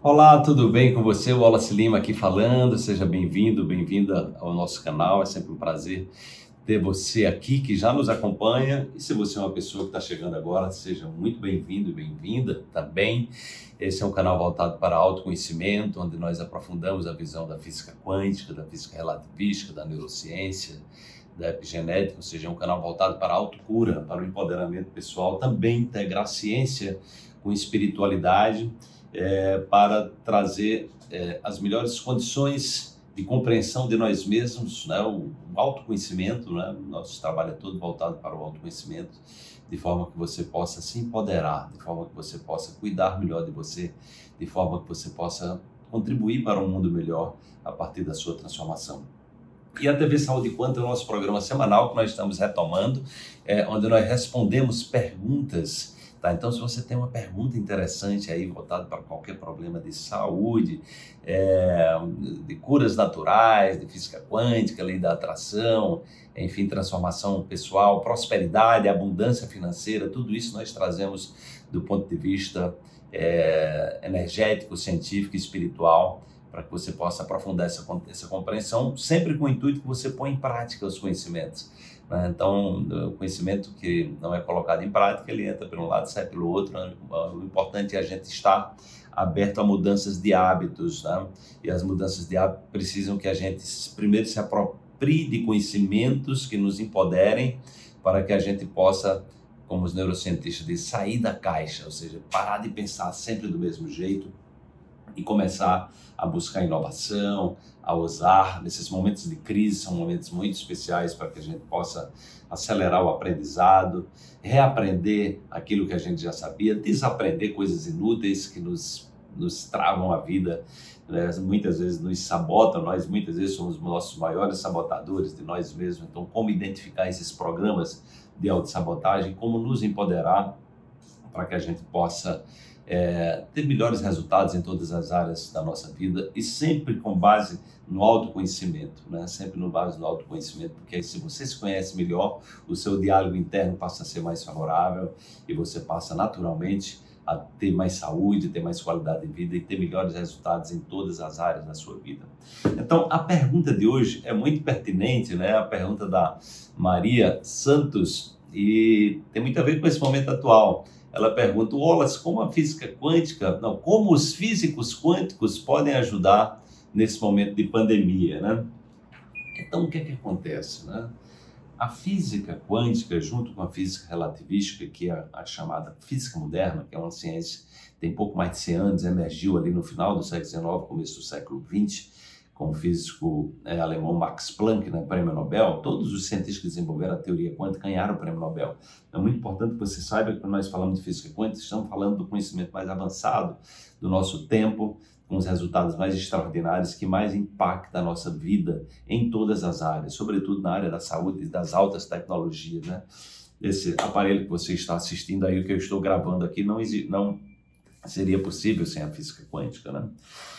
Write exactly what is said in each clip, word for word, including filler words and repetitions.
Olá, tudo bem com você? O Wallace Lima aqui falando. Seja bem-vindo, bem-vinda ao nosso canal. É sempre um prazer ter você aqui que já nos acompanha. E se você é uma pessoa que está chegando agora, seja muito bem-vindo e bem-vinda também. Esse é um canal voltado para autoconhecimento, onde nós aprofundamos a visão da física quântica, da física relativística, da neurociência, da epigenética, ou seja, é um canal voltado para a autocura, para o empoderamento pessoal, também integrar ciência com espiritualidade, É, para trazer é, as melhores condições de compreensão de nós mesmos, né? o, o autoconhecimento, né? Nosso trabalho é todo voltado para o autoconhecimento, de forma que você possa se empoderar, de forma que você possa cuidar melhor de você, de forma que você possa contribuir para um mundo melhor a partir da sua transformação. E a T V Saúde Quântica é o nosso programa semanal que nós estamos retomando, é, onde nós respondemos perguntas. Tá, então, se você tem uma pergunta interessante aí, voltada para qualquer problema de saúde, é, de curas naturais, de física quântica, lei da atração, enfim, transformação pessoal, prosperidade, abundância financeira, tudo isso nós trazemos do ponto de vista é, energético, científico e espiritual, para que você possa aprofundar essa, essa compreensão, sempre com o intuito que você põe em prática os conhecimentos. Então, o conhecimento que não é colocado em prática, ele entra por um lado e sai pelo outro. O importante é a gente estar aberto a mudanças de hábitos, né? E as mudanças de hábitos precisam que a gente primeiro se aproprie de conhecimentos que nos empoderem para que a gente possa, como os neurocientistas dizem, sair da caixa, ou seja, parar de pensar sempre do mesmo jeito e começar a buscar inovação, a usar. Nesses momentos de crise, são momentos muito especiais para que a gente possa acelerar o aprendizado, reaprender aquilo que a gente já sabia, desaprender coisas inúteis que nos, nos travam a vida, né? Muitas vezes nos sabotam, nós muitas vezes somos os nossos maiores sabotadores de nós mesmos. Então, como identificar esses programas de autossabotagem, como nos empoderar para que a gente possa É, ter melhores resultados em todas as áreas da nossa vida e sempre com base no autoconhecimento, né? Sempre no base no autoconhecimento, porque aí, se você se conhece melhor, o seu diálogo interno passa a ser mais favorável e você passa naturalmente a ter mais saúde, ter mais qualidade de vida e ter melhores resultados em todas as áreas da sua vida. Então, a pergunta de hoje é muito pertinente, né? A pergunta da Maria Santos, e tem muito a ver com esse momento atual. Ela pergunta: Wallace, como a física quântica, não, como os físicos quânticos podem ajudar nesse momento de pandemia, né? Então, o que é que acontece, né? A física quântica, junto com a física relativística, que é a, a chamada física moderna, que é uma ciência que tem pouco mais de cem anos, emergiu ali no final do século dezenove, começo do século vinte, com o físico é, alemão Max Planck, né, prêmio Nobel. Todos os cientistas que desenvolveram a teoria quântica ganharam o prêmio Nobel. É muito importante que você saiba que quando nós falamos de física quântica, estamos falando do conhecimento mais avançado do nosso tempo, com os resultados mais extraordinários que mais impactam a nossa vida em todas as áreas, sobretudo na área da saúde e das altas tecnologias, né? Esse aparelho que você está assistindo aí, o que eu estou gravando aqui, não, não seria possível sem a física quântica, né?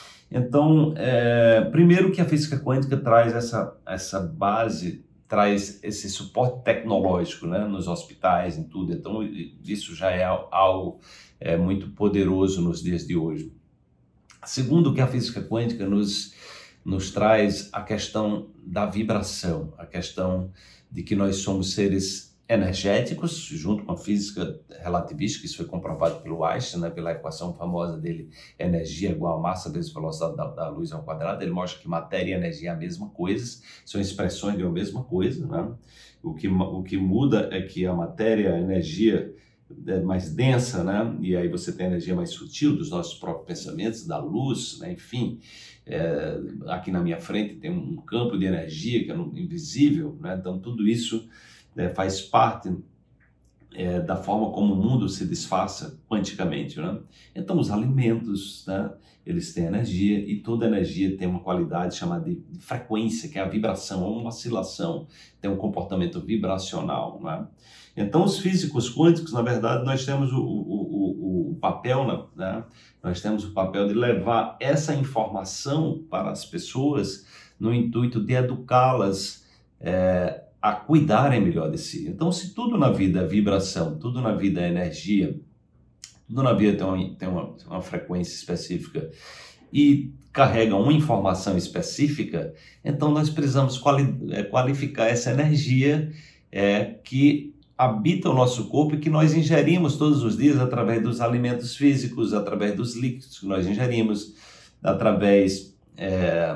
Então, é, primeiro que a física quântica traz essa, essa base, traz esse suporte tecnológico, né, nos hospitais, em tudo. Então, isso já é algo é, muito poderoso nos dias de hoje. Segundo, que a física quântica nos, nos traz a questão da vibração, a questão de que nós somos seres energéticos, junto com a física relativística. Isso foi comprovado pelo Einstein, né, pela equação famosa dele, energia igual a massa vezes velocidade da, da luz ao quadrado. Ele mostra que matéria e energia é a mesma coisa, são expressões de uma mesma coisa, né? O que, o que muda é que a matéria, a energia é mais densa, né? E aí você tem a energia mais sutil dos nossos próprios pensamentos, da luz, né? Enfim, é, aqui na minha frente tem um campo de energia que é invisível, né? Então tudo isso É, faz parte é, da forma como o mundo se desfaça quanticamente, né? Então, os alimentos, né, eles têm energia e toda energia tem uma qualidade chamada de, de frequência, que é a vibração, ou uma oscilação, tem um comportamento vibracional, né? Então, os físicos quânticos, na verdade, nós temos o, o, o, o papel, né? Nós temos o papel de levar essa informação para as pessoas no intuito de educá-las é, a cuidarem melhor de si. Então, se tudo na vida é vibração, tudo na vida é energia, Dona Bia tem, uma, tem uma, uma frequência específica e carrega uma informação específica, então nós precisamos quali, é, qualificar essa energia é, que habita o nosso corpo e que nós ingerimos todos os dias através dos alimentos físicos, através dos líquidos que nós ingerimos, através é,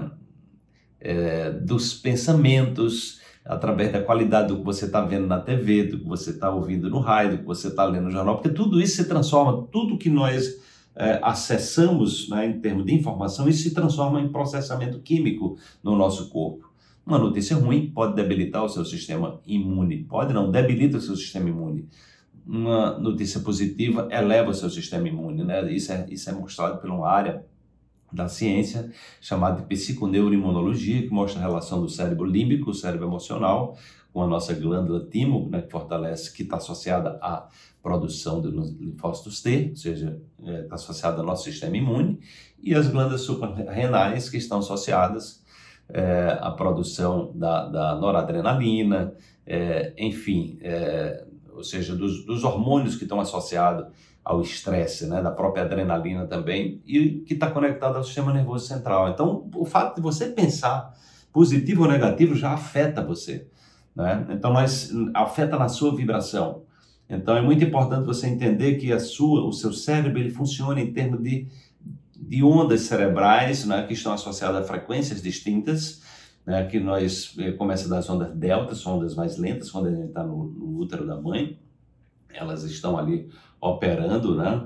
é, dos pensamentos, através da qualidade do que você está vendo na T V, do que você está ouvindo no rádio, do que você está lendo no jornal, porque tudo isso se transforma, tudo que nós é, acessamos, né, em termos de informação, isso se transforma em processamento químico no nosso corpo. Uma notícia ruim pode debilitar o seu sistema imune, pode não, debilita o seu sistema imune. Uma notícia positiva eleva o seu sistema imune, né? Isso é, isso é mostrado por uma área da ciência chamada de psiconeuroimunologia, que mostra a relação do cérebro límbico, o cérebro emocional, com a nossa glândula timo, né, que fortalece, que está associada à produção de linfócitos T, ou seja, está é, associada ao nosso sistema imune, e as glândulas suprarrenais, que estão associadas é, à produção da, da noradrenalina, é, enfim, é, ou seja, dos, dos hormônios que estão associados ao estresse, né, da própria adrenalina também, e que está conectado ao sistema nervoso central. Então, o fato de você pensar positivo ou negativo já afeta você, né? Então, nós, afeta na sua vibração. Então, é muito importante você entender que a sua, o seu cérebro ele funciona em termos de, de ondas cerebrais, né, que estão associadas a frequências distintas, né, que nós, começa das ondas delta, são ondas mais lentas, quando a gente está no, no útero da mãe, elas estão ali operando, né,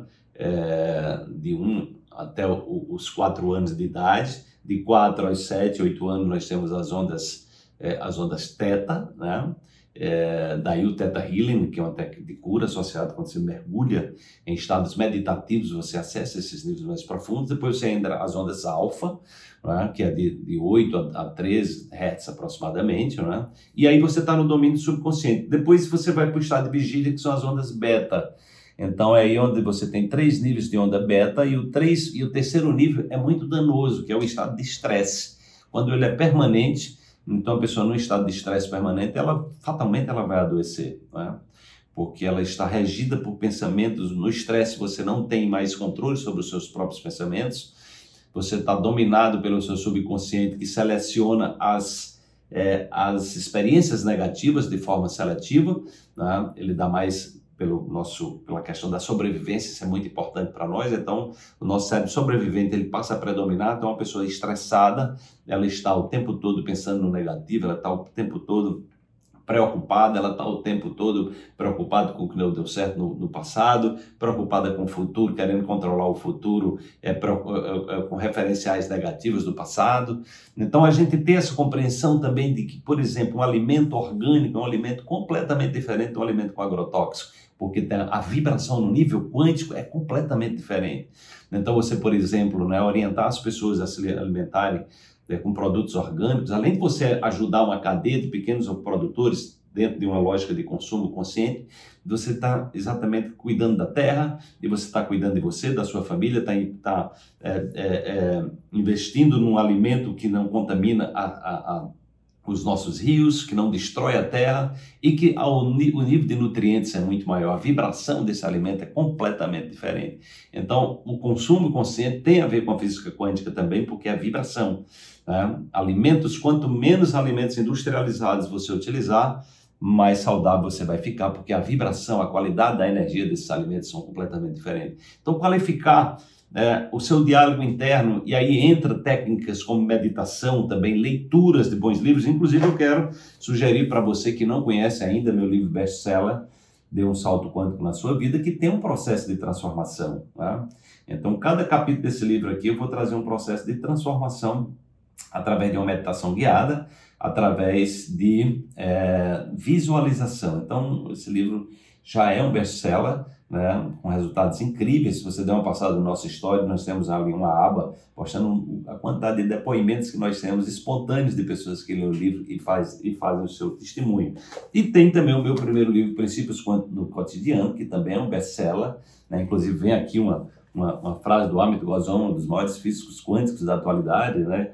é, de um até o, os quatro anos de idade, de quatro aos sete, oito anos nós temos as ondas, é, as ondas teta, né, é, daí o Theta Healing, que é uma técnica de cura associada quando você mergulha em estados meditativos, você acessa esses níveis mais profundos, depois você entra as ondas alfa, né, que é de, de oito a treze hertz aproximadamente, né, e aí você está no domínio subconsciente. Depois você vai para o estado de vigília, que são as ondas beta. Então é aí onde você tem três níveis de onda beta e o, três, e o terceiro nível é muito danoso, que é o estado de estresse. Quando ele é permanente, então a pessoa num estado de estresse permanente, ela fatalmente ela vai adoecer, né? Porque ela está regida por pensamentos. No estresse você não tem mais controle sobre os seus próprios pensamentos, você está dominado pelo seu subconsciente, que seleciona as, é, as experiências negativas de forma seletiva, né? Ele dá mais pelo nosso, pela questão da sobrevivência, isso é muito importante para nós. Então o nosso cérebro sobrevivente ele passa a predominar. Então uma pessoa estressada, ela está o tempo todo pensando no negativo, ela está o tempo todo preocupada, ela está o tempo todo preocupada com o que não deu certo no, no passado, preocupada com o futuro, querendo controlar o futuro é, é, é, com referenciais negativos do passado. Então a gente tem essa compreensão também de que, por exemplo, um alimento orgânico é um alimento completamente diferente de um alimento com agrotóxico, porque a vibração no nível quântico é completamente diferente. Então você, por exemplo, né, orientar as pessoas a se alimentarem É, com produtos orgânicos, além de você ajudar uma cadeia de pequenos produtores dentro de uma lógica de consumo consciente, você está exatamente cuidando da terra, e você está cuidando de você, da sua família, está tá, é, é, é, investindo num alimento que não contamina a, a, a, os nossos rios, que não destrói a terra e que ao, o nível de nutrientes é muito maior. A vibração desse alimento é completamente diferente. Então, o consumo consciente tem a ver com a física quântica também, porque é a vibração. Né? Alimentos, quanto menos alimentos industrializados você utilizar, mais saudável você vai ficar, porque a vibração, a qualidade da energia desses alimentos são completamente diferentes. Então, qualificar é, o seu diálogo interno, e aí entra técnicas como meditação, também leituras de bons livros. Inclusive, eu quero sugerir para você que não conhece ainda meu livro best-seller, Dê um Salto Quântico na Sua Vida, que tem um processo de transformação. Né? Então, cada capítulo desse livro aqui, eu vou trazer um processo de transformação através de uma meditação guiada, através de é, visualização. Então, esse livro já é um best-seller, né, com resultados incríveis. Se você der uma passada no nosso histórico, nós temos ali uma aba mostrando a quantidade de depoimentos que nós temos espontâneos de pessoas que lêem o livro e, faz, e fazem o seu testemunho. E tem também o meu primeiro livro, Princípios no Cotidiano, que também é um best-seller, né? Inclusive vem aqui uma, uma, uma frase do Amit Goswami, um dos maiores físicos quânticos da atualidade, né?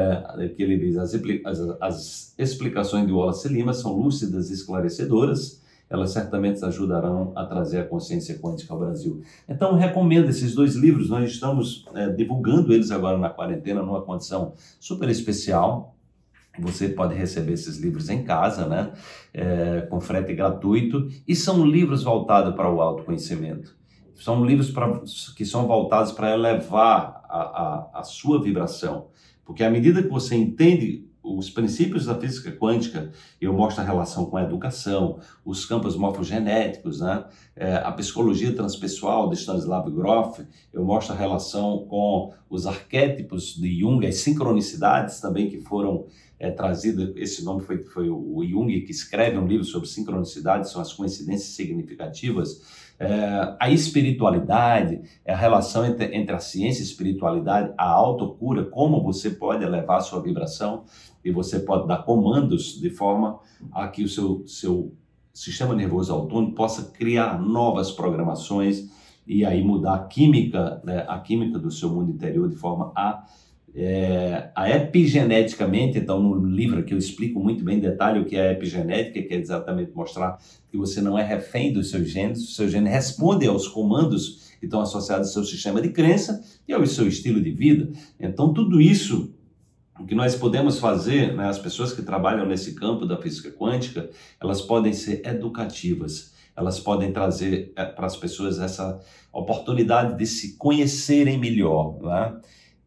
É, que ele diz: as, as, as explicações de Wallace Lima são lúcidas e esclarecedoras, elas certamente ajudarão a trazer a consciência quântica ao Brasil. Então, recomendo esses dois livros, nós estamos é, divulgando eles agora na quarentena, numa condição super especial. Você pode receber esses livros em casa, né? É, com frete gratuito, e são livros voltados para o autoconhecimento. São livros pra, que são voltados para elevar a, a, a sua vibração, porque à medida que você entende os princípios da física quântica, eu mostro a relação com a educação, os campos morfogenéticos, né? É, a psicologia transpessoal de Stanislav Grof, eu mostro a relação com os arquétipos de Jung, as sincronicidades também que foram é, trazidas, esse nome foi, foi o Jung que escreve um livro sobre sincronicidades, são as coincidências significativas. É, a espiritualidade, é a relação entre, entre a ciência e a espiritualidade, a autocura, como você pode elevar a sua vibração e você pode dar comandos de forma a que o seu, seu sistema nervoso autônomo possa criar novas programações e aí mudar a química, né, a química do seu mundo interior de forma a É, a epigeneticamente. Então no livro aqui eu explico muito bem em detalhe o que é a epigenética, que é exatamente mostrar que você não é refém dos seus genes, o seu gene responde aos comandos que estão associados ao seu sistema de crença e ao seu estilo de vida. Então tudo isso que nós podemos fazer, né, as pessoas que trabalham nesse campo da física quântica, elas podem ser educativas, elas podem trazer é, para as pessoas essa oportunidade de se conhecerem melhor, né?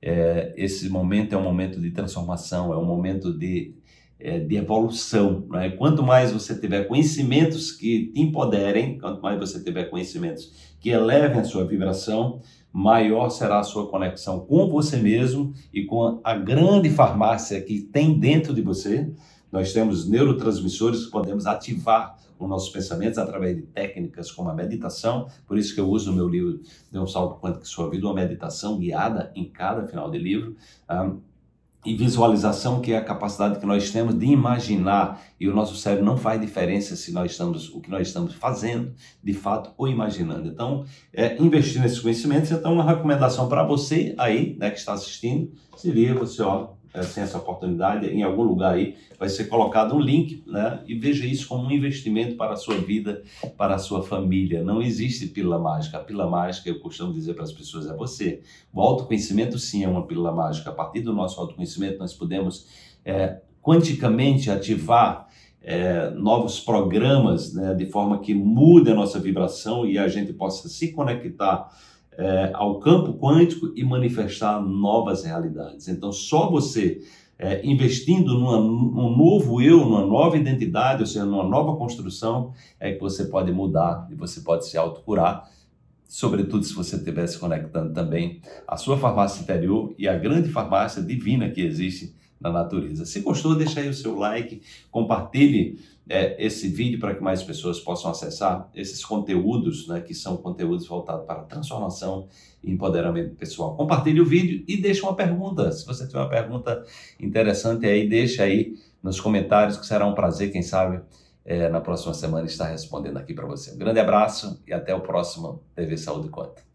É, esse momento é um momento de transformação, é um momento de, é, de evolução, né? Quanto mais você tiver conhecimentos que te empoderem, quanto mais você tiver conhecimentos que elevem a sua vibração, maior será a sua conexão com você mesmo e com a grande farmácia que tem dentro de você. Nós temos neurotransmissores que podemos ativar os nossos pensamentos através de técnicas como a meditação. Por isso que eu uso no meu livro Dê um Salto Quântico em Sua Vida, uma meditação guiada em cada final de livro. Um, e visualização, que é a capacidade que nós temos de imaginar, e o nosso cérebro não faz diferença se nós estamos, o que nós estamos fazendo, de fato, ou imaginando. Então, é, investir nesses conhecimentos. Então, uma recomendação para você aí, né, que está assistindo, seria você, ó, É, sem essa oportunidade, em algum lugar aí vai ser colocado um link, né? E veja isso como um investimento para a sua vida, para a sua família. Não existe pílula mágica. A pílula mágica, eu costumo dizer para as pessoas, é você. O autoconhecimento sim é uma pílula mágica. A partir do nosso autoconhecimento nós podemos é, quanticamente ativar é, novos programas, né? De forma que mude a nossa vibração e a gente possa se conectar É, ao campo quântico e manifestar novas realidades. Então, só você é, investindo numa, num novo eu, numa nova identidade, ou seja, numa nova construção, é que você pode mudar e você pode se autocurar, sobretudo se você estiver se conectando também à sua farmácia interior e à grande farmácia divina que existe na natureza. Se gostou, deixa aí o seu like, compartilhe é, esse vídeo para que mais pessoas possam acessar esses conteúdos, né, que são conteúdos voltados para transformação e empoderamento pessoal. Compartilhe o vídeo e deixe uma pergunta. Se você tiver uma pergunta interessante aí, deixa aí nos comentários, que será um prazer, quem sabe, é, na próxima semana estar respondendo aqui para você. Um grande abraço e até o próximo T V Saúde Quântica.